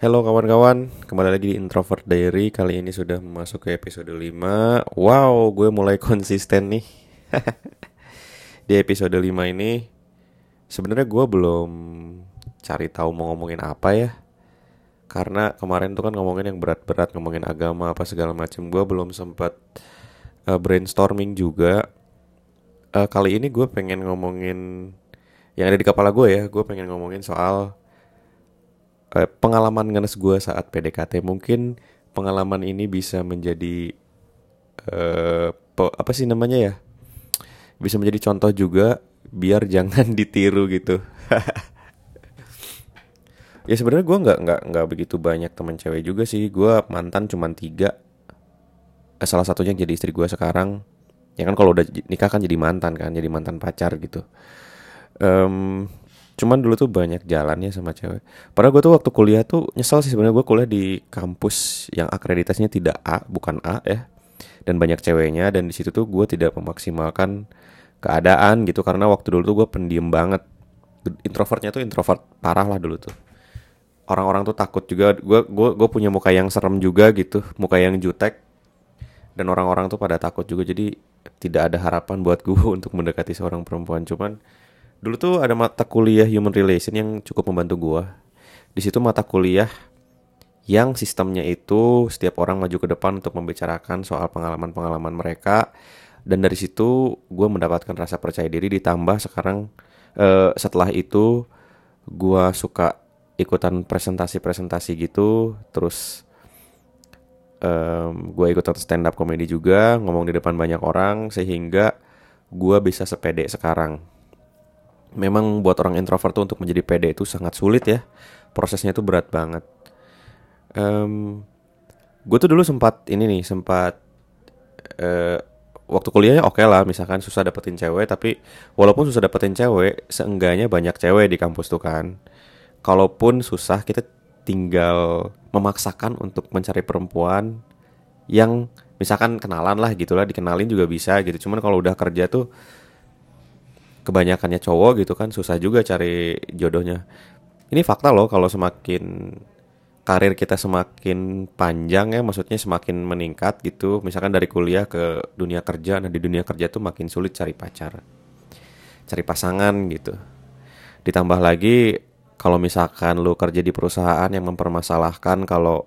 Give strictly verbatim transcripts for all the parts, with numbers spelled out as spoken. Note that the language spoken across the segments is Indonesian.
Halo kawan-kawan, kembali lagi di Introvert Diary. Kali ini sudah masuk ke episode lima. Wow, gue mulai konsisten nih. Di episode lima ini sebenarnya gue belum cari tahu mau ngomongin apa ya. Karena kemarin tuh kan ngomongin yang berat-berat, ngomongin agama apa segala macam. Gue belum sempat uh, brainstorming juga. Uh, kali ini gue pengen ngomongin yang ada di kepala gue ya. Gue pengen ngomongin soal eh, pengalaman ngenes gue saat P D K T. Mungkin pengalaman ini bisa menjadi eh, pe- apa sih namanya ya? Bisa menjadi contoh juga biar jangan ditiru gitu. Ya sebenarnya gue nggak nggak nggak begitu banyak teman cewek juga sih. Gue mantan cuma tiga. Eh, salah satunya yang jadi istri gue sekarang. Ya kan kalau udah j- nikah kan jadi mantan kan, jadi mantan pacar gitu. Em, Cuman dulu tuh banyak jalannya sama cewek. Padahal gue tuh waktu kuliah tuh nyesel sih sebenarnya, gue kuliah di kampus yang akreditasinya tidak A, bukan A ya. Dan banyak ceweknya, dan di situ tuh gue tidak memaksimalkan keadaan gitu karena waktu dulu tuh gue pendiam banget. Introvertnya tuh introvert parah lah dulu tuh. Orang-orang tuh takut juga. Gue gue gue punya muka yang serem juga gitu, muka yang jutek, dan orang-orang tuh pada takut juga. Jadi tidak ada harapan buat gue untuk mendekati seorang perempuan. Cuman dulu tuh ada mata kuliah Human Relation yang cukup membantu gue. Di situ mata kuliah yang sistemnya itu setiap orang maju ke depan untuk membicarakan soal pengalaman-pengalaman mereka, dan dari situ gue mendapatkan rasa percaya diri. Ditambah sekarang eh, setelah itu gue suka ikutan presentasi-presentasi gitu. Terus em, gue ikutan stand up comedy juga, ngomong di depan banyak orang, sehingga gue bisa sepede sekarang. Memang buat orang introvert tuh untuk menjadi pede itu sangat sulit ya. Prosesnya itu berat banget. Em, gue tuh dulu sempat ini nih, sempat eh, waktu kuliahnya oke lah, misalkan susah dapetin cewek, tapi walaupun susah dapetin cewek, seenggaknya banyak cewek di kampus tuh kan. Kalaupun susah, kita tinggal memaksakan untuk mencari perempuan yang misalkan kenalan lah gitulah, dikenalin juga bisa gitu. Cuman kalau udah kerja tuh kebanyakannya cowok gitu kan, susah juga cari jodohnya. Ini fakta loh, kalau semakin karir kita semakin panjang ya, maksudnya semakin meningkat gitu. Misalkan dari kuliah ke dunia kerja, nah di dunia kerja tuh makin sulit cari pacar, cari pasangan gitu. Ditambah lagi kalau misalkan lu kerja di perusahaan yang mempermasalahkan kalau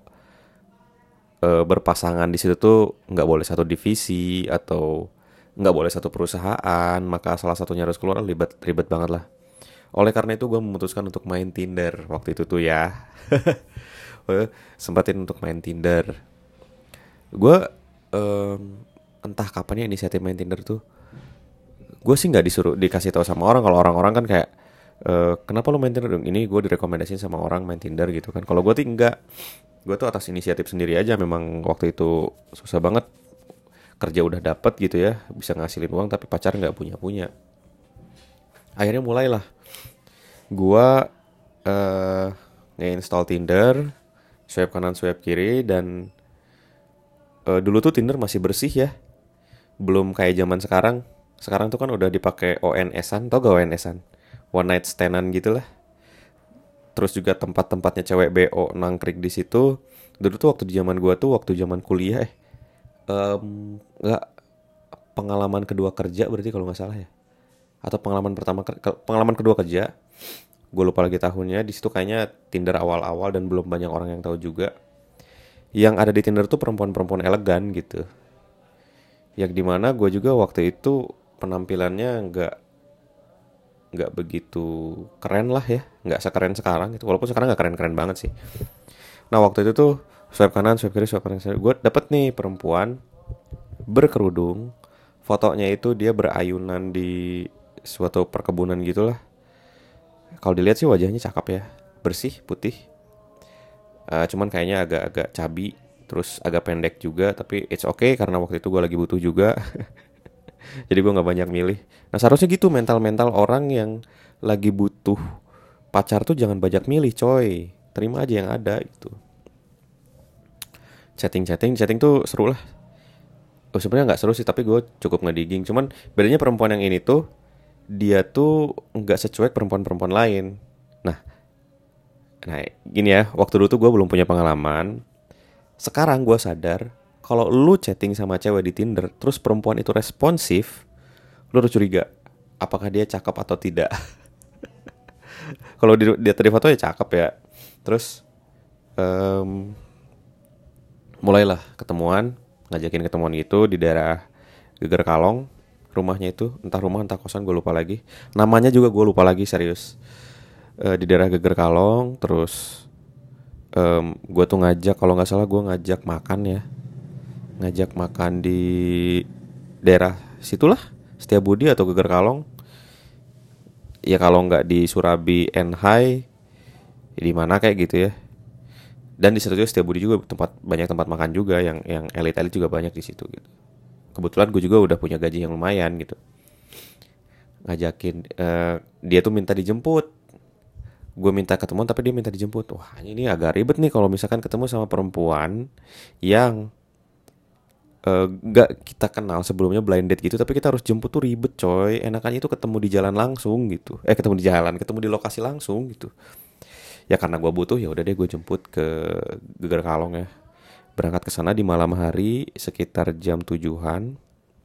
e, berpasangan di situ tuh nggak boleh satu divisi atau nggak boleh satu perusahaan, maka salah satunya harus keluar, ribet ribet banget lah. Oleh karena itu gue memutuskan untuk main Tinder waktu itu tuh ya. Gue sempatin untuk main Tinder. Gue em, entah kapan ya inisiatif main Tinder tuh. Gue sih nggak disuruh dikasih tahu sama orang. Kalau orang-orang kan kayak e, kenapa lo main Tinder? Ini gue direkomendasiin sama orang main Tinder gitu kan. Kalau gue tuh enggak. Gue tuh atas inisiatif sendiri aja. Memang waktu itu susah banget, kerja udah dapet gitu ya, bisa ngasilin uang tapi pacar nggak punya punya. Akhirnya mulailah gue eh nge-install Tinder, swipe kanan swipe kiri, dan eh, dulu tuh Tinder masih bersih ya, belum kayak zaman sekarang. Sekarang tuh kan udah dipakai O N S-an, tau gak O N S-an? One night stand-an gitu lah. Terus juga tempat-tempatnya cewek B O nangkrik di situ. Dulu tuh waktu di zaman gua tuh, waktu zaman kuliah eh em, nggak, pengalaman kedua kerja berarti kalau nggak salah ya, atau pengalaman pertama ker- ke- pengalaman kedua kerja, gue lupa lagi tahunnya. Di situ kayaknya Tinder awal-awal dan belum banyak orang yang tahu juga. Yang ada di Tinder tuh perempuan-perempuan elegan gitu, yang dimana gue juga waktu itu penampilannya nggak nggak begitu keren lah ya, nggak sekeren sekarang gitu, walaupun sekarang nggak keren-keren banget sih. Nah waktu itu tuh swipe kanan swipe kiri swipe kanan, gue dapet nih perempuan berkerudung, fotonya itu dia berayunan di suatu perkebunan gitulah. Kalau dilihat sih wajahnya cakep ya, bersih putih. Eh, cuman kayaknya agak-agak cabi, terus agak pendek juga, tapi it's okay karena waktu itu gue lagi butuh juga. Jadi gue nggak banyak milih. Nah seharusnya gitu mental-mental orang yang lagi butuh pacar tuh, jangan banyak milih coy, terima aja yang ada gitu. Chatting-chatting, chatting tuh seru lah. Oh sebenarnya nggak seru sih, tapi gue cukup ngedigging. Cuman bedanya perempuan yang ini tuh, dia tuh nggak secuek perempuan-perempuan lain. Nah Nah gini ya, waktu dulu tuh gue belum punya pengalaman. Sekarang gue sadar kalau lu chatting sama cewek di Tinder, terus perempuan itu responsif, lu harus curiga apakah dia cakep atau tidak. Kalau dia tadi foto ya cakep ya. Terus em, mulailah ketemuan, ngajakin ketemuan gitu di daerah Geger Kalong. Rumahnya itu entah rumah entah kosan gue lupa lagi. Namanya juga gue lupa lagi serius. Eh, di daerah Geger Kalong. Terus em, gue tuh ngajak, kalau nggak salah gue ngajak makan ya, ngajak makan di daerah situlah, Setiabudi atau Geger Kalong. Ya kalau nggak di Surabi and High, ya di mana kayak gitu ya. Dan di situ juga Setiabudi juga tempat banyak tempat makan juga yang yang elit-elit juga banyak di situ gitu. Kebetulan gue juga udah punya gaji yang lumayan gitu. Ngajakin eh, dia tuh minta dijemput. Gue minta ketemuan tapi dia minta dijemput. Wah, ini agak ribet nih kalau misalkan ketemu sama perempuan yang eh, gak kita kenal sebelumnya, blind date gitu, tapi kita harus jemput tuh ribet coy. Enakannya itu ketemu di jalan langsung gitu. Eh ketemu di jalan, ketemu di lokasi langsung gitu. Ya karena gue butuh, ya udah deh gue jemput ke Geger Kalong ya. Berangkat ke sana di malam hari sekitar jam tujuan.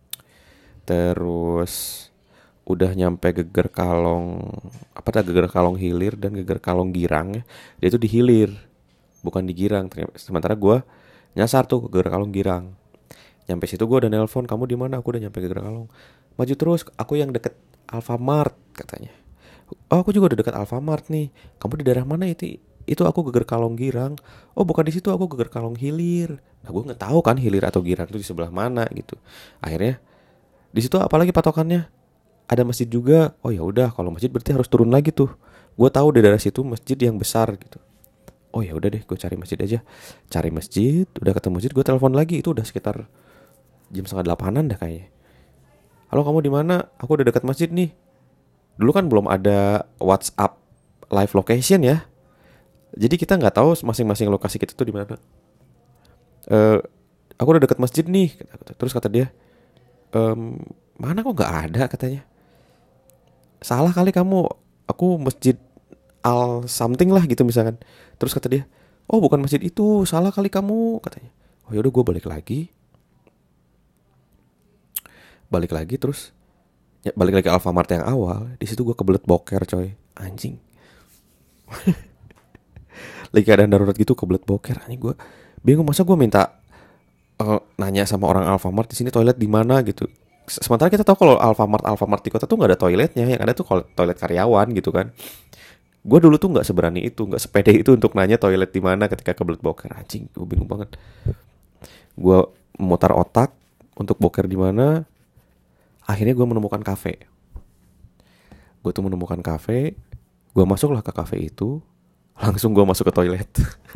Terus udah nyampe Geger Kalong, apa tuh, Geger Kalong Hilir dan Geger Kalong Girang ya. Dia tuh di Hilir, bukan di Girang. Sementara gue nyasar tuh ke Geger Kalong Girang. Nyampe situ gue udah nelpon, kamu di mana? Aku udah nyampe Geger Kalong. Maju terus, aku yang deket Alfamart katanya. Oh aku juga udah deket Alfamart nih. Kamu di daerah mana itu? Itu aku Geger Kalong Girang. Oh bukan di situ, aku Geger Kalong Hilir. Nah gue nggak tahu kan Hilir atau Girang itu di sebelah mana gitu. Akhirnya di situ apalagi patokannya? Ada masjid juga. Oh ya udah, kalau masjid berarti harus turun lagi tuh. Gue tahu di daerah situ masjid yang besar gitu. Oh ya udah deh, gue cari masjid aja. Cari masjid, udah ketemu masjid, gue telepon lagi. Itu udah sekitar jam setengah delapanan dah kayaknya. Halo kamu di mana? Aku udah dekat masjid nih. Dulu kan belum ada WhatsApp live location ya. Jadi kita nggak tahu masing-masing lokasi kita tuh di mana. Eh, aku udah dekat masjid nih. Terus kata dia, ehm, mana kok nggak ada katanya. Salah kali kamu. Aku masjid Al something lah gitu misalkan. Terus kata dia, oh bukan masjid itu, salah kali kamu katanya. Oh yaudah gue balik lagi, balik lagi terus ya, balik lagi ke Alfamart yang awal. Di situ gue kebelet boker coy, anjing. Lagi keadaan darurat gitu kebelet boker, anjing gue bingung masa gue minta uh, nanya sama orang Alfamart di sini toilet di mana gitu. Sementara kita tahu kalau Alfamart Alfamart di kota tuh nggak ada toiletnya, yang ada tuh toilet karyawan gitu kan. Gue dulu tuh nggak seberani itu, nggak sepede itu untuk nanya toilet di mana ketika kebelet boker, anjing. Gue bingung banget. Gue memutar otak untuk boker di mana. Akhirnya gue menemukan kafe. Gue tuh menemukan kafe. Gue masuklah ke kafe itu. Langsung gue masuk ke toilet.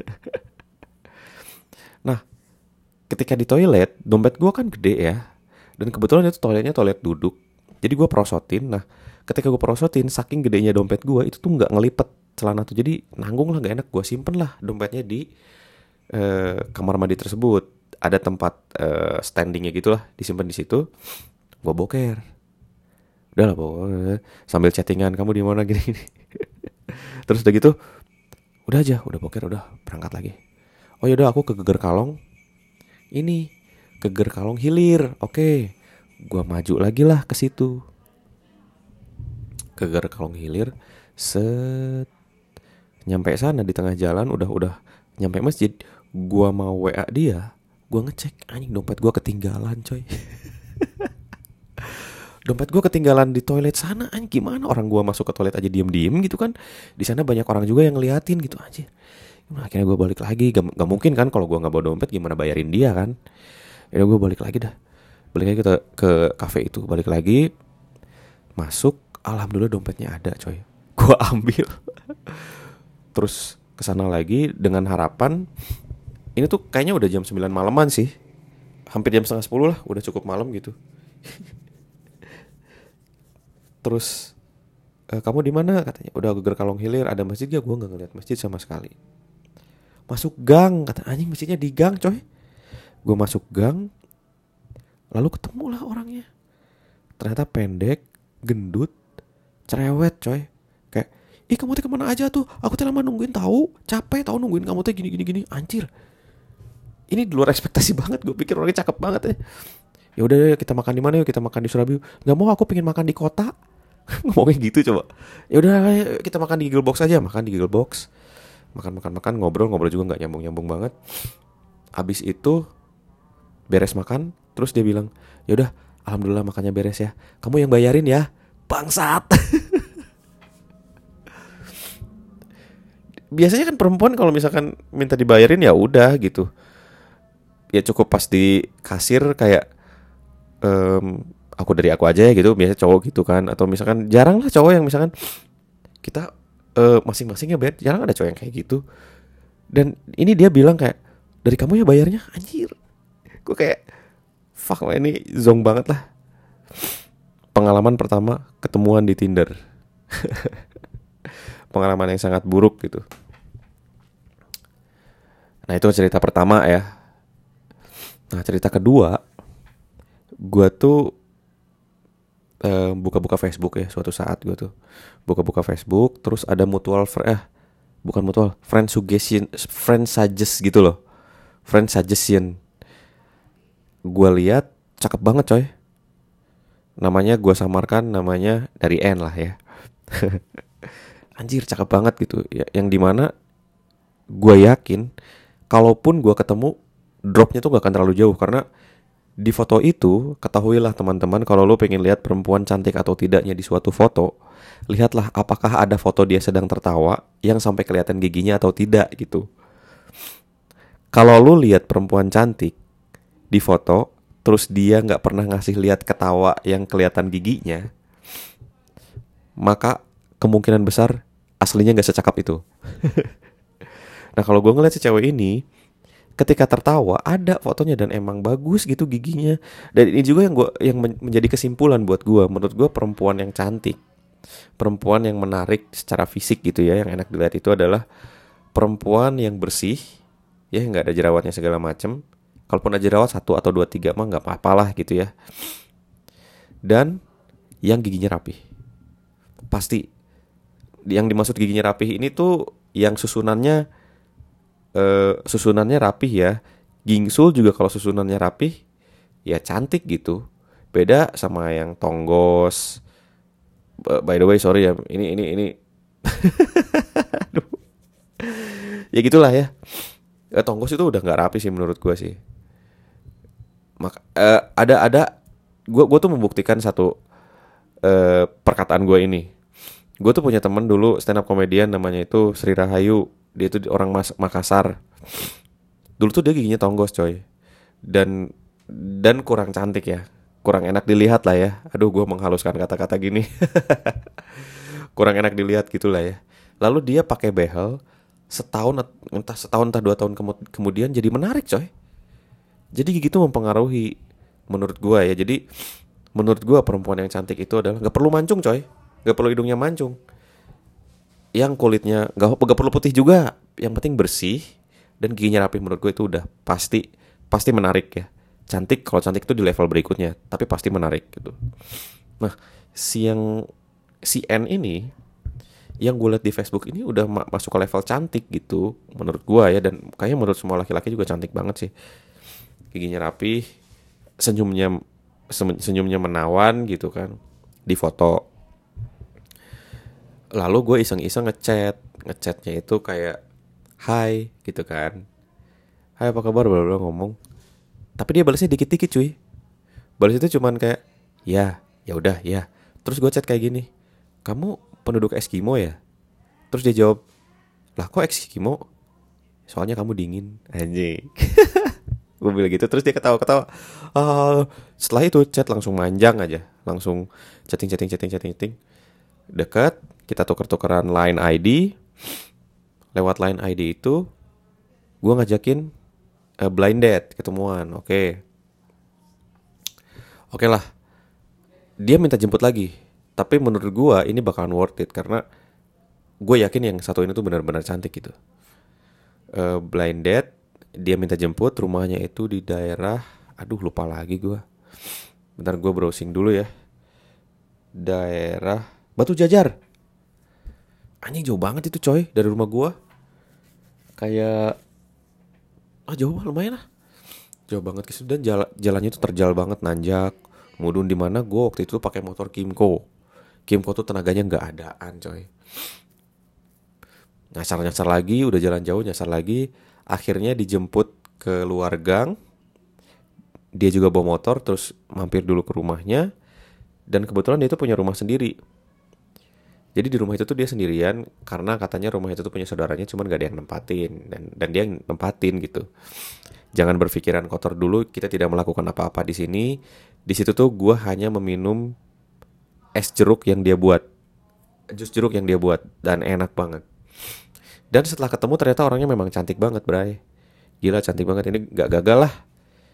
Nah, ketika di toilet, dompet gue kan gede ya. Dan kebetulan itu toiletnya toilet duduk. Jadi gue perosotin. Nah, ketika gue perosotin, saking gedenya dompet gue, itu tuh nggak ngelipet celana tuh. Jadi nanggung lah, gak enak. Gue simpen lah dompetnya di eh, kamar mandi tersebut. Ada tempat eh, standingnya gitulah, disimpan di situ. Gue boker. Udah lah boker. Sambil chattingan, kamu di mana gini-gini. Terus udah gitu, udah aja, udah boker, udah berangkat lagi. Oh yaudah aku ke Geger Kalong. Ini Geger Kalong Hilir. Oke, gue maju lagi lah ke situ. Ke Geger Kalong Hilir. Set. Nyampe sana di tengah jalan, udah udah nyampe masjid. Gue mau W A dia. Gue ngecek, anjing dompet gue ketinggalan coy. Dompet gue ketinggalan di toilet sana, anjing gimana orang gue masuk ke toilet aja diem-diem gitu kan. Di sana banyak orang juga yang ngeliatin gitu aja. Nah, akhirnya gue balik lagi, gak, gak mungkin kan kalau gue gak bawa dompet gimana bayarin dia kan. Ya gue balik lagi dah. Balik lagi ke, ke kafe itu, balik lagi. Masuk, alhamdulillah dompetnya ada coy. Gue ambil. Terus kesana lagi dengan harapan, ini tuh kayaknya udah jam sembilan malaman sih. Hampir jam setengah sepuluh lah, udah cukup malam gitu. Terus e, kamu di mana katanya? Udah Geger Kalong Hilir, ada masjid gak? Gue nggak ngeliat masjid sama sekali. Masuk gang, kata anjing masjidnya di gang coy. Gue masuk gang, lalu ketemulah orangnya. Ternyata pendek, gendut, cerewet coy. Kayak, ih kamu teh kemana aja tuh, aku teh lama nungguin tahu, capek tahu nungguin kamu teh gini gini gini. Anjir, ini di luar ekspektasi banget. Gue pikir orangnya cakep banget ya. Ya udah kita makan di mana yuk, kita makan di Surabaya. Nggak mau, aku pengen makan di kota. Ngomongnya gitu coba. Ya udah kita makan di Giggle Box aja, makan di Giggle Box. Makan makan makan ngobrol ngobrol juga nggak nyambung nyambung banget. Abis itu beres makan, terus dia bilang, ya udah alhamdulillah makannya beres ya, kamu yang bayarin ya. Bangsat. Biasanya kan perempuan kalau misalkan minta dibayarin ya udah gitu, ya cukup pas di kasir kayak ehm, aku dari aku aja ya gitu. Biasanya cowok gitu kan, atau misalkan jarang lah cowok yang misalkan kita eh, masing-masing ya bayar. Jarang ada cowok yang kayak gitu. Dan ini dia bilang kayak, dari kamu ya bayarnya. Anjir, gue kayak fuck lah, ini zong banget lah. Pengalaman pertama ketemuan di Tinder. Pengalaman yang sangat buruk gitu. Nah itu cerita pertama ya. Nah cerita kedua, gue tuh eh, buka-buka Facebook ya. Suatu saat gue tuh buka-buka Facebook, terus ada mutual fr- eh bukan mutual, friend suggestion, friend suggest gitu loh. Friend suggestion. Gue lihat cakep banget coy. Namanya gue samarkan namanya dari N lah ya. Anjir cakep banget gitu ya, yang dimana gue yakin kalaupun gue ketemu, dropnya tuh gak akan terlalu jauh. Karena di foto itu, ketahuilah teman-teman, kalau lo pengen lihat perempuan cantik atau tidaknya di suatu foto, lihatlah apakah ada foto dia sedang tertawa yang sampai kelihatan giginya atau tidak gitu. Kalau lo lihat perempuan cantik di foto, terus dia gak pernah ngasih lihat ketawa yang kelihatan giginya, maka kemungkinan besar aslinya gak secakap itu. Nah kalau gue ngeliat si cewek ini, ketika tertawa ada fotonya dan emang bagus gitu giginya. Dan ini juga yang gue yang men- menjadi kesimpulan buat gue. Menurut gue perempuan yang cantik, perempuan yang menarik secara fisik gitu ya, yang enak dilihat itu adalah perempuan yang bersih, ya nggak ada jerawatnya segala macem. Kalaupun ada jerawat satu atau dua tiga mah nggak apa-apa lah gitu ya. Dan yang giginya rapih. Pasti yang dimaksud giginya rapih ini tuh yang susunannya Uh, susunannya rapih ya. Gingsul juga kalau susunannya rapih ya cantik gitu. Beda sama yang tonggos. Uh, by the way sorry ya, ini ini ini aduh. Ya gitulah ya. Uh, tonggos itu udah nggak rapi sih menurut gue sih. Maka uh, ada ada gue gue tuh membuktikan satu uh, perkataan gue ini. Gue tuh punya temen dulu stand up comedian, namanya itu Sri Rahayu. Dia tuh orang Mas- Makassar. Dulu tuh dia giginya tonggos coy. Dan dan kurang cantik ya. Kurang enak dilihat lah ya. Aduh gue menghaluskan kata-kata gini. Kurang enak dilihat gitulah ya. Lalu dia pakai behel setahun entah setahun entah dua tahun kemudian jadi menarik coy. Jadi gigi tuh mempengaruhi menurut gue ya. Jadi menurut gue perempuan yang cantik itu adalah gak perlu mancung coy. Gak perlu hidungnya mancung. Yang kulitnya gak, gak perlu putih juga, yang penting bersih dan giginya rapi. Menurut gue itu udah pasti pasti menarik ya. Cantik, kalau cantik itu di level berikutnya, tapi pasti menarik gitu. Nah si yang si N ini yang gue liat di Facebook ini udah ma- masuk ke level cantik gitu menurut gue ya. Dan kayaknya menurut semua laki-laki juga cantik banget sih. Giginya rapi, senyumnya senyumnya menawan gitu kan di foto. Lalu gue iseng-iseng ngechat, ngechatnya itu kayak hai gitu kan, hai apa kabar, bla bla ngomong. Tapi dia balasnya dikit-dikit cuy. Balas itu cuman kayak ya, ya udah ya. Terus gue chat kayak gini, kamu penduduk Eskimo ya? Terus dia jawab, lah kok Eskimo? Soalnya kamu dingin. Anjing. Gue bilang gitu, terus dia ketawa-ketawa. Ah, setelah itu chat langsung manjang aja, langsung chatting chatting chatting chatting chatting. Dekat, kita tuker-tukeran line I D. Lewat line I D itu gue ngajakin uh, blind date, ketemuan. Oke okay. Oke okay lah. Dia minta jemput lagi. Tapi menurut gue ini bakalan worth it, karena gue yakin yang satu ini tuh benar-benar cantik gitu. uh, Blind date. Dia minta jemput, rumahnya itu di daerah, aduh lupa lagi gue. Bentar gue browsing dulu ya. Daerah Batu Jajar. Anjing jauh banget itu coy dari rumah gua. Kayak ah jauh lah lumayan lah. Jauh banget ke dan jala, jalannya itu terjal banget nanjak. Mudun di mana gua waktu itu pakai motor Kimco. Kimco tuh tenaganya nggak adaan coy. Nyasar-nyasar lagi, udah jalan jauh nyasar lagi. Akhirnya dijemput ke luar gang. Dia juga bawa motor, terus mampir dulu ke rumahnya. Dan kebetulan dia tuh punya rumah sendiri. Jadi di rumah itu tuh dia sendirian. Karena katanya rumah itu tuh punya saudaranya, cuman gak ada yang nempatin. Dan, dan dia yang nempatin gitu. Jangan berpikiran kotor dulu, kita tidak melakukan apa-apa di sini. Di situ tuh gue hanya meminum es jeruk yang dia buat. Jus jeruk yang dia buat. Dan enak banget. Dan setelah ketemu ternyata orangnya memang cantik banget, Bray. Gila cantik banget, ini gak gagal lah.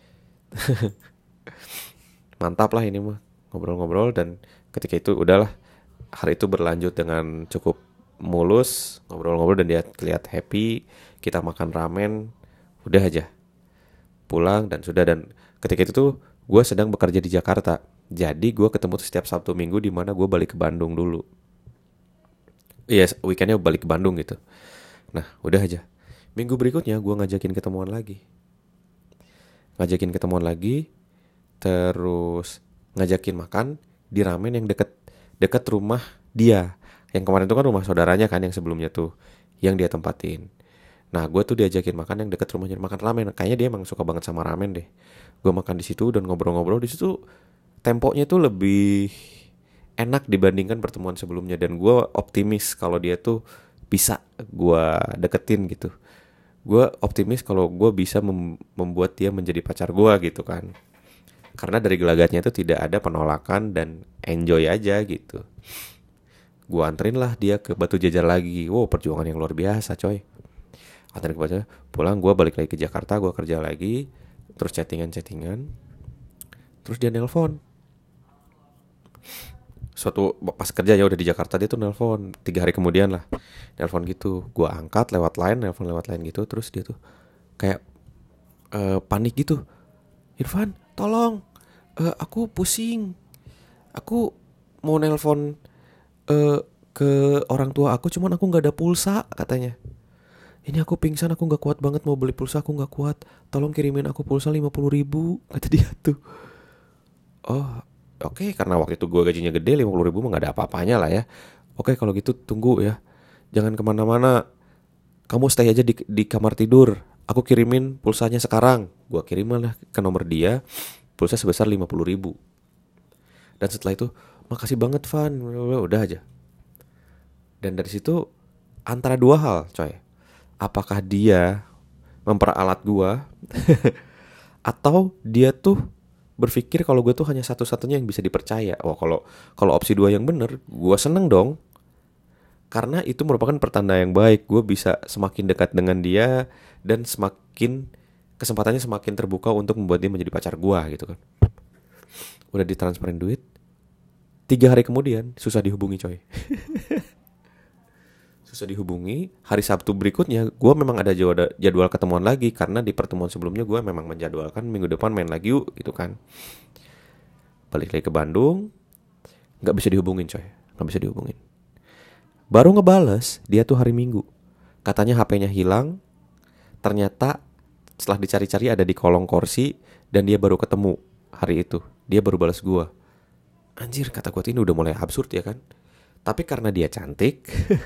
Mantap lah ini mah. Ngobrol-ngobrol dan ketika itu udahlah. Hari itu berlanjut dengan cukup mulus. Ngobrol-ngobrol dan dia kelihatan happy. Kita makan ramen. Udah aja. Pulang dan sudah. Dan ketika itu tuh gue sedang bekerja di Jakarta. Jadi gue ketemu tuh setiap Sabtu Minggu di mana gue balik ke Bandung dulu. Iya, yes, weekendnya balik ke Bandung gitu. Nah, udah aja. Minggu berikutnya gue ngajakin ketemuan lagi. Ngajakin ketemuan lagi. Terus ngajakin makan di ramen yang deket deket rumah dia. Yang kemarin itu kan rumah saudaranya kan yang sebelumnya tuh. Yang dia tempatin. Nah, gue tuh diajakin makan yang deket rumahnya, makan ramen. Kayaknya dia emang suka banget sama ramen deh. Gue makan di situ dan ngobrol-ngobrol di situ. Temponya tuh lebih enak dibandingkan pertemuan sebelumnya. Dan gue optimis kalau dia tuh bisa gue deketin gitu. Gue optimis kalau gue bisa mem- membuat dia menjadi pacar gue gitu kan. Karena dari gelagatnya itu tidak ada penolakan dan enjoy aja gitu. Gue anterin lah dia ke Batu Jajar lagi. Wow, perjuangan yang luar biasa coy. Anterin ke Batu Jajar. Pulang gue balik lagi ke Jakarta. Gue kerja lagi. Terus chattingan-chattingan. Terus dia nelpon. Suatu pas kerja ya udah di Jakarta, dia tuh nelpon. Tiga hari kemudian lah. Nelpon gitu. Gue angkat lewat line. Nelpon lewat line gitu. Terus dia tuh kayak uh, panik gitu. Irfan, tolong. Uh, aku pusing. Aku mau nelpon uh, ke orang tua aku, cuman aku gak ada pulsa katanya. Ini aku pingsan, aku gak kuat banget mau beli pulsa, aku gak kuat. Tolong kirimin aku pulsa lima puluh ribu, kata dia tuh. Oh, oke, okay, karena waktu itu gue gajinya gede, lima puluh ribu mah gak ada apa-apanya lah ya. Oke, okay, kalau gitu tunggu ya. Jangan kemana-mana. Kamu stay aja di, di kamar tidur. Aku kirimin pulsanya sekarang. Gue kirimin lah ke nomor dia. Pulsa sebesar lima puluh ribu. Dan setelah itu, makasih banget Van. Udah aja. Dan dari situ antara dua hal coy. Apakah dia memperalat gue atau dia tuh berpikir kalau gue tuh hanya satu-satunya yang bisa dipercaya. Wah, kalau kalau opsi dua yang bener, gue seneng dong. Karena itu merupakan pertanda yang baik. Gue bisa semakin dekat dengan dia dan semakin kesempatannya semakin terbuka untuk membuat dia menjadi pacar gue gitu kan. Udah ditransferin duit. Tiga hari kemudian susah dihubungi coy. Susah dihubungi. Hari Sabtu berikutnya gue memang ada jadwal, jadwal ketemuan lagi. Karena di pertemuan sebelumnya gue memang menjadwalkan minggu depan main lagi yuk gitu kan. Balik lagi ke Bandung. Gak bisa dihubungin coy. Gak bisa dihubungin. Baru ngebales dia tuh hari Minggu. Katanya H P-nya hilang. Ternyata setelah dicari-cari ada di kolong kursi. Dan dia baru ketemu hari itu. Dia baru balas gue. Anjir, kata gue ini udah mulai absurd ya kan. Tapi karena dia cantik.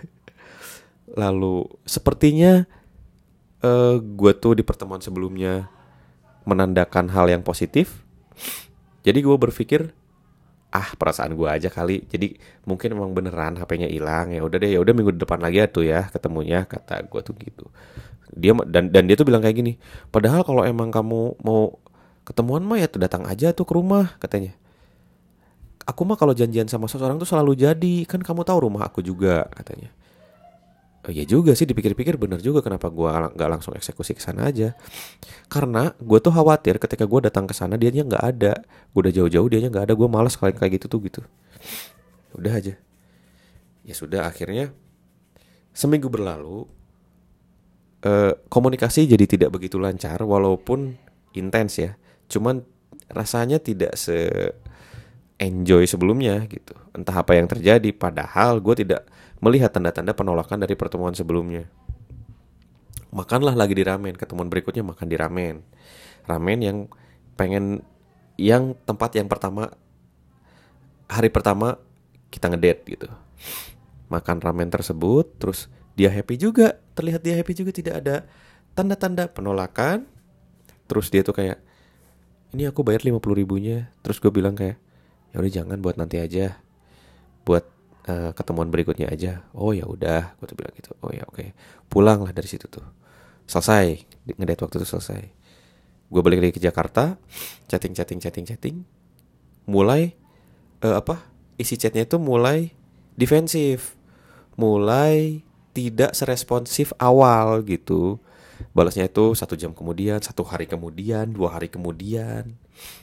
Lalu sepertinya uh, gue tuh di pertemuan sebelumnya menandakan hal yang positif. Jadi gue berpikir, ah perasaan gue aja kali. Jadi mungkin emang beneran H P-nya hilang. Ya udah deh, ya udah minggu depan lagi ya tuh ya ketemunya, kata gue tuh gitu. Dia dan dan dia tuh bilang kayak gini. Padahal kalau emang kamu mau ketemuan mah ya tuh datang aja tuh ke rumah, katanya. Aku mah kalau janjian sama seseorang tuh selalu jadi. Kan kamu tahu rumah aku juga, katanya. Oh iya juga sih, dipikir-pikir bener juga kenapa gue gak langsung eksekusi ke sana aja. Karena gue tuh khawatir ketika gue datang ke sana dianya nggak ada. Gue udah jauh-jauh dianya nggak ada. Gue malas kayak kayak gitu tuh gitu. Udah aja. Ya sudah, akhirnya seminggu berlalu. Eh, komunikasi jadi tidak begitu lancar walaupun intens ya. Cuman rasanya tidak se enjoy sebelumnya gitu. Entah apa yang terjadi, padahal gue tidak melihat tanda-tanda penolakan dari pertemuan sebelumnya. Makanlah lagi di ramen, ketemuan berikutnya makan di ramen. Ramen yang pengen, yang tempat yang pertama, hari pertama kita ngedate gitu. Makan ramen tersebut, terus dia happy juga, terlihat dia happy juga, tidak ada tanda-tanda penolakan. Terus dia tuh kayak, ini aku bayar lima puluh ribunya. Terus gue bilang kayak, ya udah jangan, buat nanti aja, buat uh, ketemuan berikutnya aja. Oh ya udah, gue tuh bilang gitu. Oh ya oke, okay. Pulang lah dari situ tuh, selesai ngedate waktu itu selesai. Gue balik lagi ke Jakarta, chatting chatting chatting chatting, mulai uh, apa isi chatnya itu mulai defensif, mulai tidak seresponsif awal gitu. Balasnya itu satu jam kemudian, satu hari kemudian, dua hari kemudian,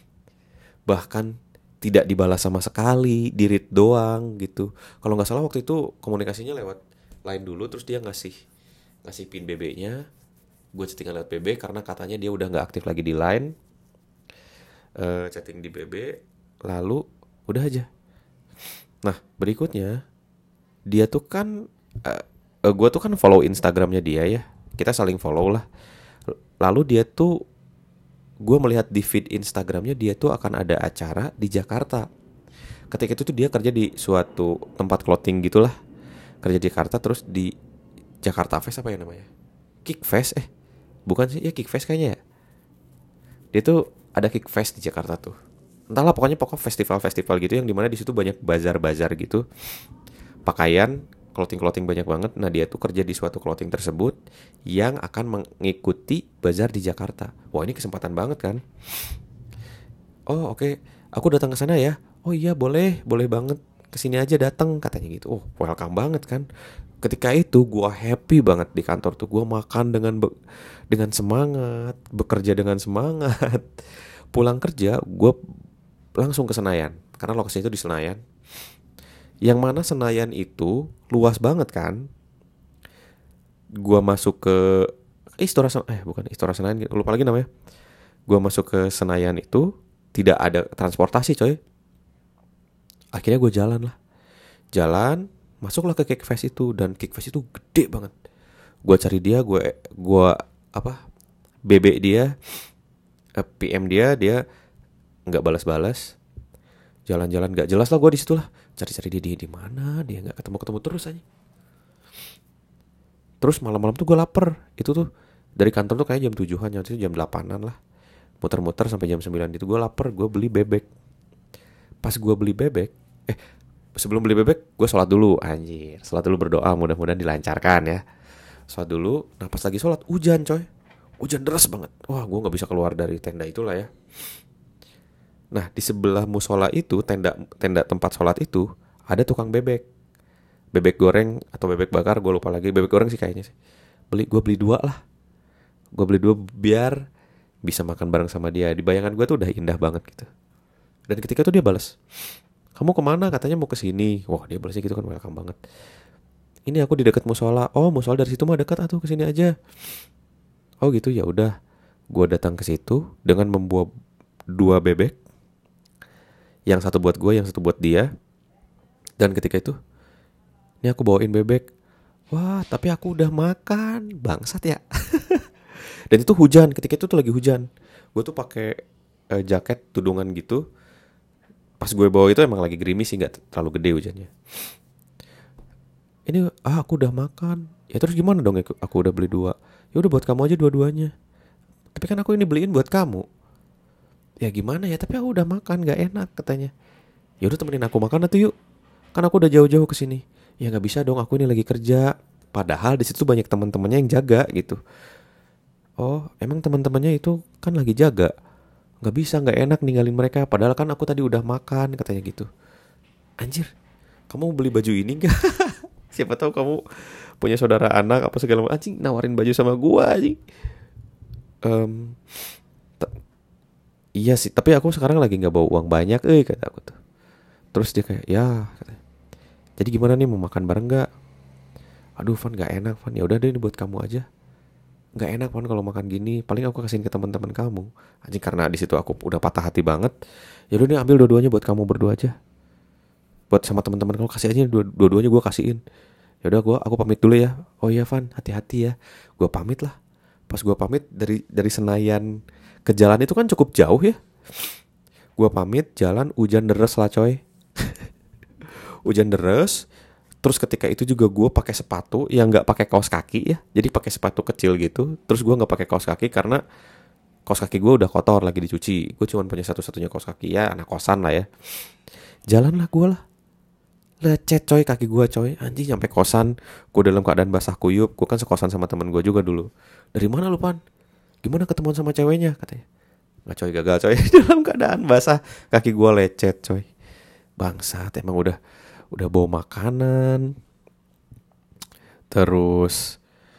bahkan tidak dibalas sama sekali, di read doang gitu. Kalau nggak salah waktu itu komunikasinya lewat line dulu, terus dia ngasih ngasih pin B B-nya, gue chattingan lewat B B karena katanya dia udah nggak aktif lagi di line, uh, chatting di B B, lalu udah aja. Nah berikutnya dia tuh kan, uh, uh, gue tuh kan follow Instagramnya dia ya, kita saling follow lah. Lalu dia tuh, gue melihat di feed Instagramnya dia tuh akan ada acara di Jakarta. Ketika itu tuh dia kerja di suatu tempat clothing gitulah, kerja di Jakarta. Terus di Jakarta Fest apa ya namanya, Kick Fest, eh bukan sih, ya Kick Fest kayaknya ya. Dia tuh ada Kick Fest di Jakarta tuh, entahlah pokoknya pokok festival-festival gitu yang dimana di situ banyak bazar-bazar gitu, pakaian, clothing-clothing banyak banget. Nah dia tuh kerja di suatu clothing tersebut yang akan mengikuti bazar di Jakarta. Wah ini kesempatan banget kan. Oh oke, okay. Aku datang ke sana ya. Oh iya boleh, boleh banget, kesini aja datang katanya gitu. Oh welcome banget kan. Ketika itu gue happy banget di kantor tuh. Gue makan dengan be- dengan semangat, bekerja dengan semangat. Pulang kerja gue langsung ke Senayan, karena lokasinya itu di Senayan. Yang mana Senayan itu luas banget kan. Gua masuk ke Istora Sen- eh bukan Istora Senayan, lupa lagi namanya. Gua masuk ke Senayan itu tidak ada transportasi coy. Akhirnya gue jalan lah. Jalan, masuklah ke Kick Fest itu, dan Kick Fest itu gede banget. Gua cari dia, gue gua apa? B B dia, eh, P M dia, dia enggak balas-balas. Jalan-jalan gak jelas lah gue di situ lah. Cari-cari dia di di mana, dia nggak ketemu-ketemu terus aja. Terus malam-malam tuh gue lapar. Itu tuh dari kantor tuh kayak jam tujuhan, jam jam delapanan lah. Muter-muter sampai jam sembilan itu gue lapar, gue beli bebek. Pas gue beli bebek, eh sebelum beli bebek gue sholat dulu, anjir. Sholat dulu, berdoa mudah-mudahan dilancarkan ya. Sholat dulu. Nah pas lagi sholat hujan coy, hujan deras banget. Wah gue nggak bisa keluar dari tenda itulah ya. Nah di sebelah musola itu, tenda tenda tempat sholat itu, ada tukang bebek, bebek goreng atau bebek bakar, gue lupa lagi. Bebek goreng sih kayaknya sih. Beli, gue beli dua lah. Gue beli dua biar bisa makan bareng sama dia. Di bayangan gue tuh udah indah banget gitu. Dan ketika itu dia balas, kamu kemana? Katanya mau kesini. Wah dia balasnya gitu kan, welcome banget. Ini aku di dekat musola. Oh musola dari situ mah dekat, atuh kesini aja. Oh gitu, ya udah. Gue datang ke situ dengan membawa dua bebek. Yang satu buat gue, yang satu buat dia. Dan ketika itu, ini aku bawain bebek. Wah, tapi aku udah makan. Bangsat ya. Dan itu hujan, ketika itu tuh lagi hujan. Gue tuh pakai uh, jaket tudungan gitu. Pas gue bawa itu emang lagi gerimis sih, gak terlalu gede hujannya. Ini, ah aku udah makan. Ya terus gimana dong, aku udah beli dua. Ya udah buat kamu aja dua-duanya. Tapi kan aku ini beliin buat kamu. Ya gimana ya, tapi aku udah makan, gak enak katanya. Ya udah temenin aku makan atuh yuk, kan aku udah jauh-jauh kesini. Ya nggak bisa dong, aku ini lagi kerja. Padahal di situ banyak teman-temannya yang jaga gitu. Oh emang teman-temannya itu kan lagi jaga, nggak bisa, nggak enak ninggalin mereka. Padahal kan aku tadi udah makan katanya gitu. Anjir, kamu beli baju ini nggak? Siapa tahu kamu punya saudara anak apa segala macam. Anjing nawarin baju sama gua anjing. Um, Iya sih, tapi aku sekarang lagi nggak bawa uang banyak, eh kata aku tuh. Terus dia kayak, ya, katanya, jadi gimana nih, mau makan bareng nggak? Aduh, Van nggak enak, Van. Ya udah deh, ini buat kamu aja. nggak enak kan kalau makan gini, paling aku kasihin ke teman-teman kamu. Anjing, karena di situ aku udah patah hati banget. Ya udah nih, ambil dua-duanya buat kamu berdua aja. Buat sama teman-teman kamu kasih aja dua- dua-duanya gue kasihin. Ya udah, gue aku pamit dulu ya. Oh iya Van, hati-hati ya. Gue pamit lah. Pas gue pamit dari dari Senayan ke jalan itu kan cukup jauh ya. Gue pamit jalan, hujan deres lah coy. Hujan deres. Terus ketika itu juga gue pakai sepatu yang nggak pakai kaos kaki ya. Jadi pakai sepatu kecil gitu. Terus gue nggak pakai kaos kaki karena kaos kaki gue udah kotor lagi dicuci. Gue cuma punya satu-satunya kaos kaki ya, anak kosan lah ya. Jalan lah gue lah. Lecet coy kaki gue coy. Anjing, nyampe kosan gue dalam keadaan basah kuyup. Gue kan sekosan sama temen gue juga dulu. Dari mana lu Pan? Gimana ketemuan sama ceweknya katanya. Nggak coy, gagal coy. Dalam keadaan basah, kaki gue lecet coy. Bangsat, emang udah udah bawa makanan, terus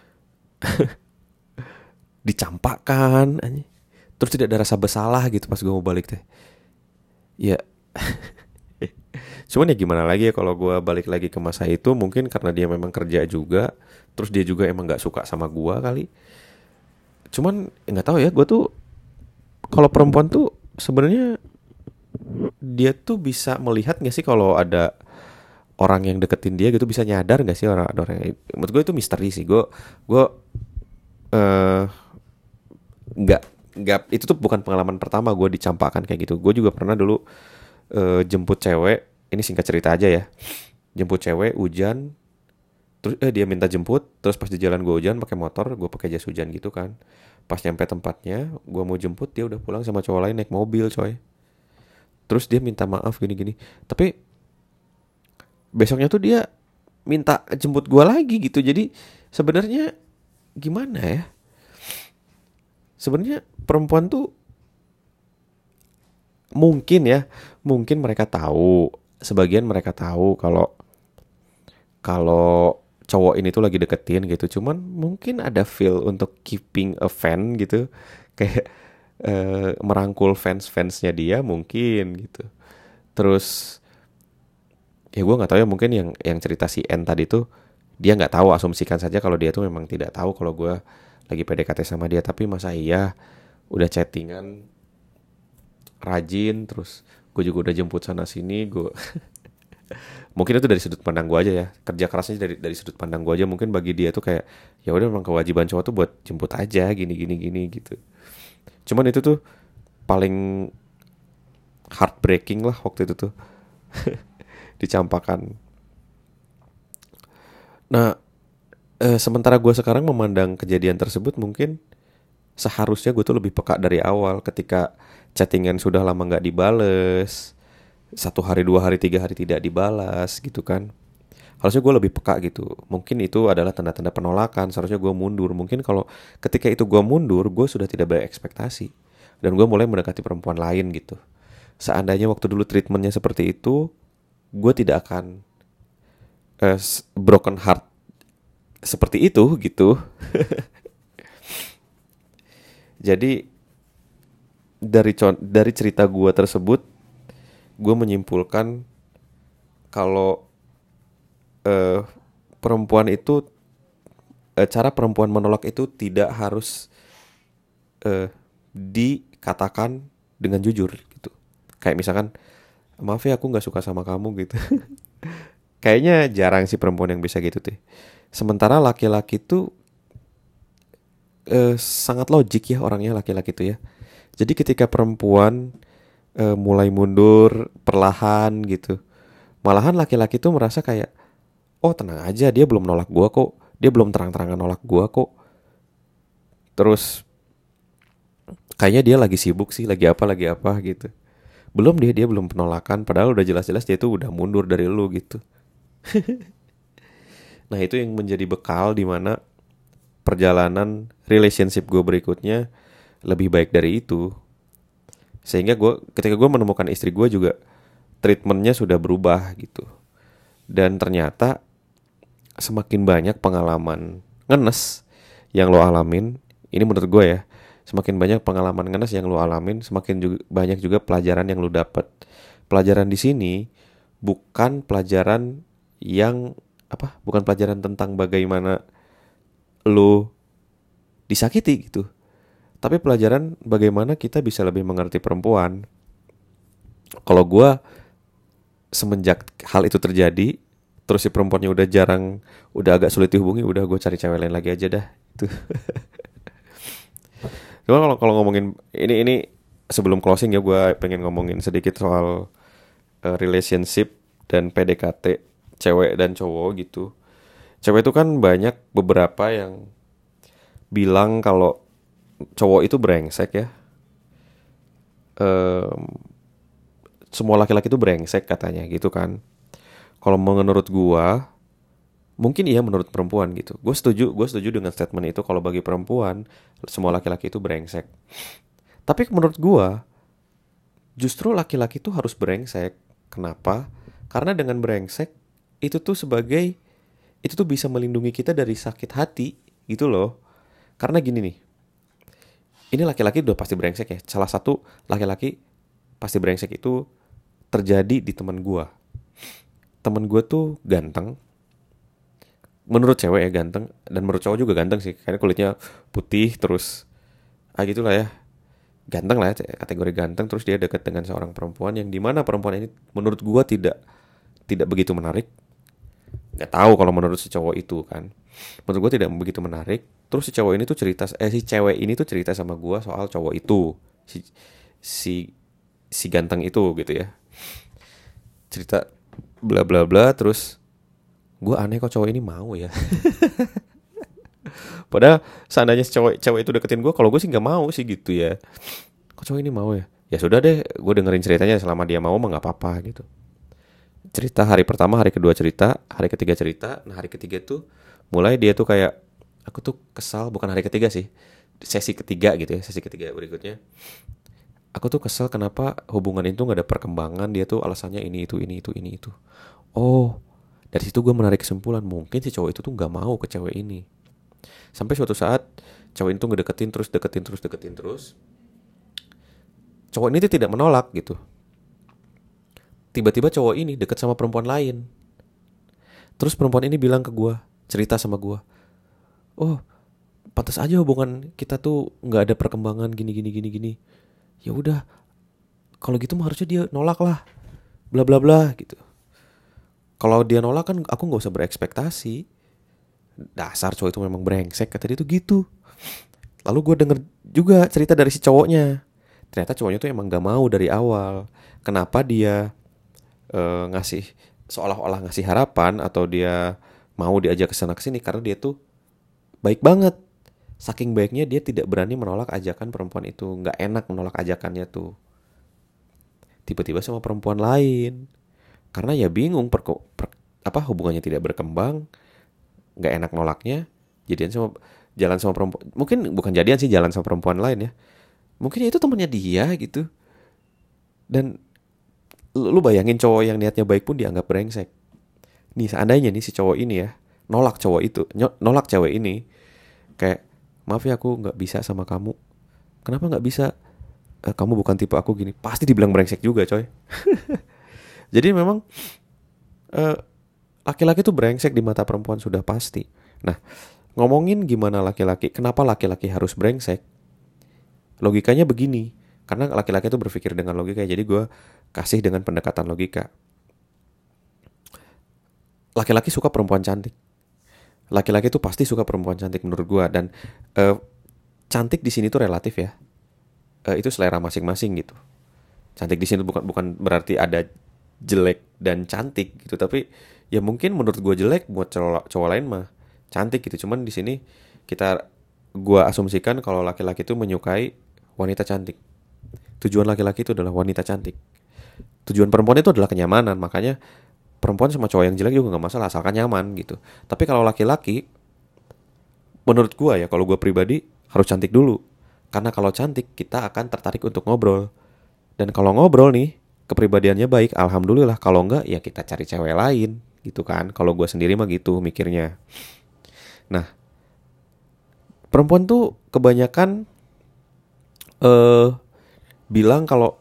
dicampakkan, terus tidak ada rasa bersalah gitu pas gue mau balik teh. Ya, cuman ya gimana lagi ya, kalau gue balik lagi ke masa itu mungkin karena dia memang kerja juga, terus dia juga emang nggak suka sama gue kali. Cuman nggak tahu ya, gue tuh kalau perempuan tuh sebenarnya dia tuh bisa melihat nggak sih kalau ada orang yang deketin dia gitu, bisa nyadar nggak sih orang orang. Menurut gue itu misteri sih. Gue gue eh nggak nggak itu tuh bukan pengalaman pertama gue dicampakkan kayak gitu. Gue juga pernah dulu eh, jemput cewek. Ini singkat cerita aja ya. Jemput cewek hujan. Terus eh, dia minta jemput. Terus pas di jalan gue hujan pakai motor. Gue pakai jas hujan gitu kan. Pas nyampe tempatnya, gue mau jemput, dia udah pulang sama cowok lain naik mobil coy. Terus dia minta maaf gini-gini. Tapi besoknya tuh dia minta jemput gue lagi gitu. Jadi sebenarnya gimana ya? Sebenarnya perempuan tuh mungkin ya, mungkin mereka tahu, sebagian mereka tahu kalau kalau cowok ini tuh lagi deketin gitu. Cuman mungkin ada feel untuk keeping a fan gitu, kayak eh, merangkul fans-fansnya dia mungkin gitu. Terus ya gue nggak tahu ya, mungkin yang yang cerita si N tadi tuh dia nggak tahu, asumsikan saja kalau dia tuh memang tidak tahu kalau gue lagi P D K T sama dia. Tapi masa iya udah chattingan rajin, terus gue juga udah jemput sana sini, gue mungkin itu dari sudut pandang gue aja ya, kerja kerasnya dari dari sudut pandang gue aja. Mungkin bagi dia tuh kayak ya udah, memang kewajiban cowok tuh buat jemput aja gini gini gini gitu. Cuman itu tuh paling heartbreaking lah waktu itu tuh dicampakan. Nah, eh, sementara gue sekarang memandang kejadian tersebut, mungkin seharusnya gue tuh lebih peka dari awal. Ketika chattingan sudah lama nggak dibales, satu hari, dua hari, tiga hari tidak dibalas gitu kan, harusnya gue lebih peka gitu. Mungkin itu adalah tanda-tanda penolakan. Seharusnya gue mundur. Mungkin kalau ketika itu gue mundur, gue sudah tidak berekspektasi dan gue mulai mendekati perempuan lain gitu. Seandainya waktu dulu treatmentnya seperti itu, gue tidak akan uh, broken heart seperti itu gitu. Jadi dari dari cerita gue tersebut, gue menyimpulkan kalau uh, perempuan itu, uh, cara perempuan menolak itu tidak harus uh, dikatakan dengan jujur gitu. Kayak misalkan, maaf ya aku nggak suka sama kamu gitu. Kayaknya jarang sih perempuan yang bisa gitu tuh. Sementara laki-laki tuh eh, sangat logik ya orangnya, laki-laki tuh ya. Jadi ketika perempuan eh, mulai mundur perlahan gitu, malahan laki-laki tuh merasa kayak, oh tenang aja, dia belum nolak gua kok, dia belum terang-terangan nolak gua kok. Terus kayaknya dia lagi sibuk sih, lagi apa lagi apa gitu. Belum, dia dia belum penolakan, padahal udah jelas-jelas dia tuh udah mundur dari lu gitu. Nah itu yang menjadi bekal di mana perjalanan relationship gue berikutnya lebih baik dari itu. Sehingga gue, ketika gue menemukan istri gue juga, treatmentnya sudah berubah gitu. Dan ternyata semakin banyak pengalaman ngenes yang lo alamin, ini menurut gue ya, semakin banyak pengalaman ngenes yang lo alamin, semakin juga, banyak juga pelajaran yang lo dapat. Pelajaran di sini bukan pelajaran yang apa? Bukan pelajaran tentang bagaimana lo disakiti gitu. Tapi pelajaran bagaimana kita bisa lebih mengerti perempuan. Kalau gue semenjak hal itu terjadi, terus si perempuannya udah jarang, udah agak sulit dihubungi, udah gue cari cewek lain lagi aja dah. Itu. Cuma kalau kalau ngomongin ini ini sebelum closing ya, gue pengen ngomongin sedikit soal uh, relationship dan P D K T cewek dan cowok gitu. Cewek itu kan banyak beberapa yang bilang kalau cowok itu brengsek ya. Um, semua laki-laki itu brengsek katanya gitu kan. Kalau menurut gua, mungkin iya menurut perempuan gitu. Gue setuju, gue setuju dengan statement itu kalau bagi perempuan semua laki-laki itu brengsek. Tapi menurut gua, justru laki-laki itu harus brengsek. Kenapa? Karena dengan brengsek itu tuh sebagai itu tuh bisa melindungi kita dari sakit hati gitu loh. Karena gini nih. Ini laki-laki udah pasti brengsek ya. Salah satu laki-laki pasti brengsek itu terjadi di teman gue. Temen gue tuh ganteng. Menurut cewek ya ganteng. Dan menurut cowok juga ganteng sih. Karena kulitnya putih terus. Ah gitulah ya. Ganteng lah ya. Kategori ganteng. Terus dia dekat dengan seorang perempuan. Yang dimana perempuan ini menurut gue tidak Tidak begitu menarik. Gak tahu kalau menurut si cowok itu kan. Menurut gue tidak begitu menarik. Terus si cowok ini tuh cerita eh si cewek ini tuh cerita sama gue soal cowok itu. Si si si ganteng itu gitu ya. Cerita bla bla bla terus gue aneh kok cowok ini mau ya. Padahal seandainya si cowok cewek itu deketin gue, kalau gue sih nggak mau sih gitu ya. Kok cowok ini mau ya? Ya sudah deh, gue dengerin ceritanya selama dia mau mah nggak apa-apa gitu. Cerita hari pertama, hari kedua cerita, hari ketiga cerita. Nah hari ketiga tuh mulai dia tuh kayak, aku tuh kesal, bukan hari ketiga sih, sesi ketiga gitu ya, sesi ketiga berikutnya. Aku tuh kesel kenapa hubungan itu gak ada perkembangan, dia tuh alasannya ini itu ini itu ini itu. Oh, dari situ gue menarik kesimpulan mungkin si cowok itu tuh gak mau ke cewek ini. Sampai suatu saat cowok itu ngedeketin terus deketin terus deketin terus. Cowok ini tuh tidak menolak gitu. Tiba-tiba cowok ini deket sama perempuan lain. Terus perempuan ini bilang ke gue, cerita sama gue, oh pantas aja hubungan kita tuh nggak ada perkembangan gini gini gini gini. Ya udah, kalau gitu mah harusnya dia nolak lah, bla bla bla gitu. Kalau dia nolak kan aku nggak usah berekspektasi. Dasar cowok itu memang brengsek kata dia tuh gitu. Lalu gue denger juga cerita dari si cowoknya. Ternyata cowoknya tuh emang nggak mau dari awal. Kenapa dia Uh, ngasih seolah-olah ngasih harapan atau dia mau diajak ke sana ke sini karena dia tuh baik banget. Saking baiknya dia tidak berani menolak ajakan perempuan itu, nggak enak menolak ajakannya tuh. Tiba-tiba sama perempuan lain. Karena ya bingung perko, per, apa hubungannya tidak berkembang, nggak enak nolaknya. Jadian sama jalan sama perempuan. Mungkin bukan jadian sih, jalan sama perempuan lain ya. Mungkin ya itu temannya dia gitu. Dan lu bayangin cowok yang niatnya baik pun dianggap brengsek. Nih seandainya nih si cowok ini ya nolak cowok itu, nolak cewek ini, kayak maaf ya aku nggak bisa sama kamu. Kenapa nggak bisa? Eh, kamu bukan tipe aku gini. Pasti dibilang brengsek juga coy. Jadi memang eh, laki-laki tuh brengsek di mata perempuan sudah pasti. Nah ngomongin gimana laki-laki, kenapa laki-laki harus brengsek? Logikanya begini. Karena laki-laki itu berpikir dengan logika. Jadi gue kasih dengan pendekatan logika. Laki-laki suka perempuan cantik. Laki-laki itu pasti suka perempuan cantik menurut gue. Dan uh, cantik di sini tuh relatif ya. Uh, itu selera masing-masing gitu. Cantik di sini bukan bukan berarti ada jelek dan cantik gitu. Tapi ya mungkin menurut gue jelek, buat cowok, cowok lain mah cantik gitu. Cuman di sini kita gue asumsikan kalau laki-laki itu menyukai wanita cantik. Tujuan laki-laki itu adalah wanita cantik. Tujuan perempuan itu adalah kenyamanan. Makanya perempuan sama cowok yang jelek juga gak masalah asalkan nyaman gitu. Tapi kalau laki-laki, menurut gue ya, kalau gue pribadi harus cantik dulu. Karena kalau cantik kita akan tertarik untuk ngobrol. Dan kalau ngobrol nih, kepribadiannya baik, alhamdulillah. Kalau enggak ya kita cari cewek lain gitu kan. Kalau gue sendiri mah gitu mikirnya. Nah, perempuan tuh kebanyakan eh uh, bilang kalau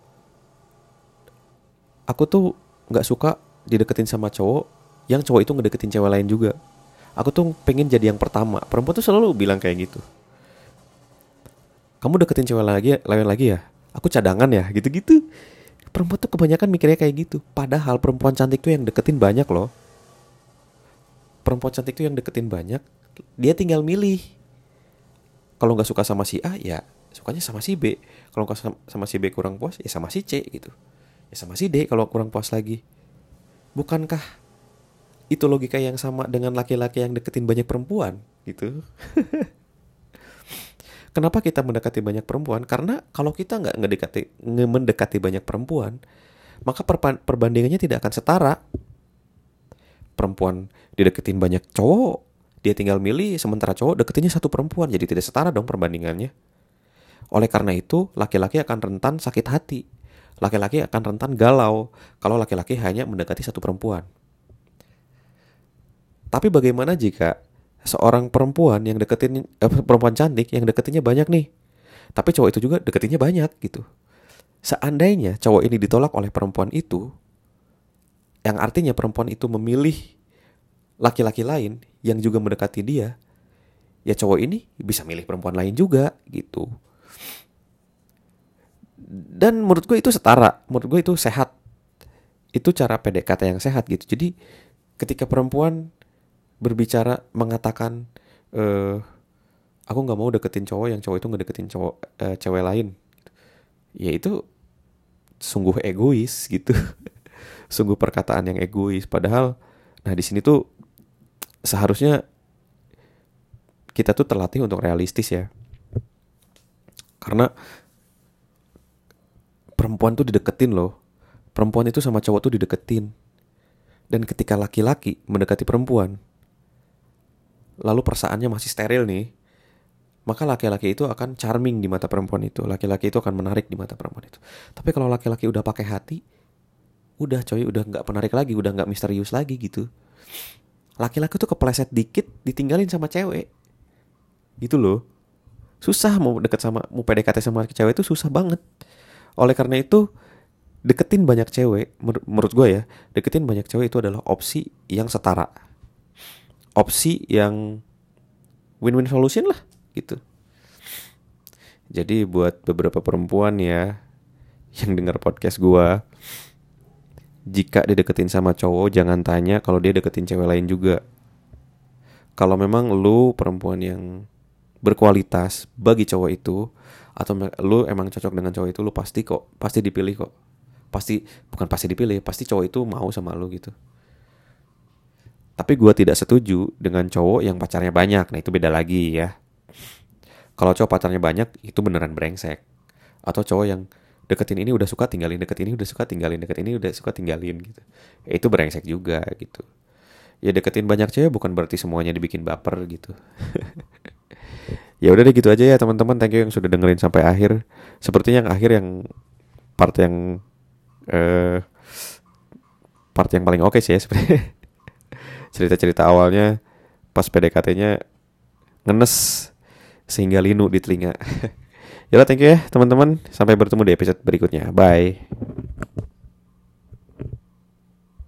aku tuh gak suka dideketin sama cowok yang cowok itu ngedeketin cewek lain juga. Aku tuh pengen jadi yang pertama. Perempuan tuh selalu bilang kayak gitu. Kamu deketin cewek lagi, lain lagi ya? Aku cadangan ya, gitu-gitu. Perempuan tuh kebanyakan mikirnya kayak gitu. Padahal perempuan cantik tuh yang deketin banyak loh. Perempuan cantik tuh yang deketin banyak. Dia tinggal milih. Kalau nggak suka sama si A, ya sukanya sama si B. Kalau nggak sama, sama si B kurang puas, ya sama si C gitu. Ya sama si D kalau kurang puas lagi. Bukankah itu logika yang sama dengan laki-laki yang deketin banyak perempuan gitu? Kenapa kita mendekati banyak perempuan? Karena kalau kita nggak ngedekati, nge- mendekati banyak perempuan, maka perpa- perbandingannya tidak akan setara. Perempuan dideketin banyak cowok, dia tinggal milih, sementara cowok deketinnya satu perempuan, jadi tidak setara dong perbandingannya. Oleh karena itu, laki-laki akan rentan sakit hati. Laki-laki akan rentan galau kalau laki-laki hanya mendekati satu perempuan. Tapi bagaimana jika seorang perempuan yang deketin eh, perempuan cantik yang deketinnya banyak nih, tapi cowok itu juga deketinnya banyak gitu. Seandainya cowok ini ditolak oleh perempuan itu, yang artinya perempuan itu memilih laki-laki lain yang juga mendekati dia, ya cowok ini bisa milih perempuan lain juga gitu. Dan menurut gue itu setara, menurut gue itu sehat. Itu cara P D K T yang sehat gitu. Jadi ketika perempuan berbicara mengatakan eh aku nggak mau deketin cowok yang cowok itu ngedeketin cowok eh, cewek lain, ya itu sungguh egois gitu. Sungguh perkataan yang egois. Padahal, nah di sini tuh seharusnya kita tuh terlatih untuk realistis ya. Karena perempuan tuh dideketin loh. Perempuan itu sama cowok tuh dideketin. Dan ketika laki-laki mendekati perempuan, lalu perasaannya masih steril nih, maka laki-laki itu akan charming di mata perempuan itu. Laki-laki itu akan menarik di mata perempuan itu. Tapi kalau laki-laki udah pakai hati, udah coy, udah gak menarik lagi, udah gak misterius lagi gitu. Laki-laki tuh kepleset dikit, ditinggalin sama cewek. Gitu loh. Susah mau deket sama, mau P D K T sama cewek itu susah banget. Oleh karena itu, deketin banyak cewek, menur- menurut gue ya, deketin banyak cewek itu adalah opsi yang setara. Opsi yang win-win solution lah gitu. Jadi buat beberapa perempuan ya yang dengar podcast gue, jika dideketin sama cowok jangan tanya kalau dia deketin cewek lain juga. Kalau memang lu perempuan yang berkualitas bagi cowok itu, atau me- lu emang cocok dengan cowok itu, lu pasti kok, pasti dipilih kok. Pasti, bukan pasti dipilih, pasti cowok itu mau sama lu gitu. Tapi gue tidak setuju dengan cowok yang pacarnya banyak. Nah itu beda lagi ya. Kalau cowok pacarnya banyak, itu beneran brengsek. Atau cowok yang deketin ini udah suka tinggalin, deketin ini udah suka tinggalin, deketin ini udah suka tinggalin gitu. Ya, itu brengsek juga gitu. Ya deketin banyak cewek bukan berarti semuanya dibikin baper gitu. Ya udah deh gitu aja ya teman-teman. Thank you yang sudah dengerin sampai akhir. Sepertinya yang akhir yang part yang eh part yang paling oke sih ya sebenarnya. Cerita-cerita awalnya pas P D K T-nya ngenes sehingga linu di telinga. Yaudah thank you ya teman-teman. Sampai bertemu di episode berikutnya. Bye.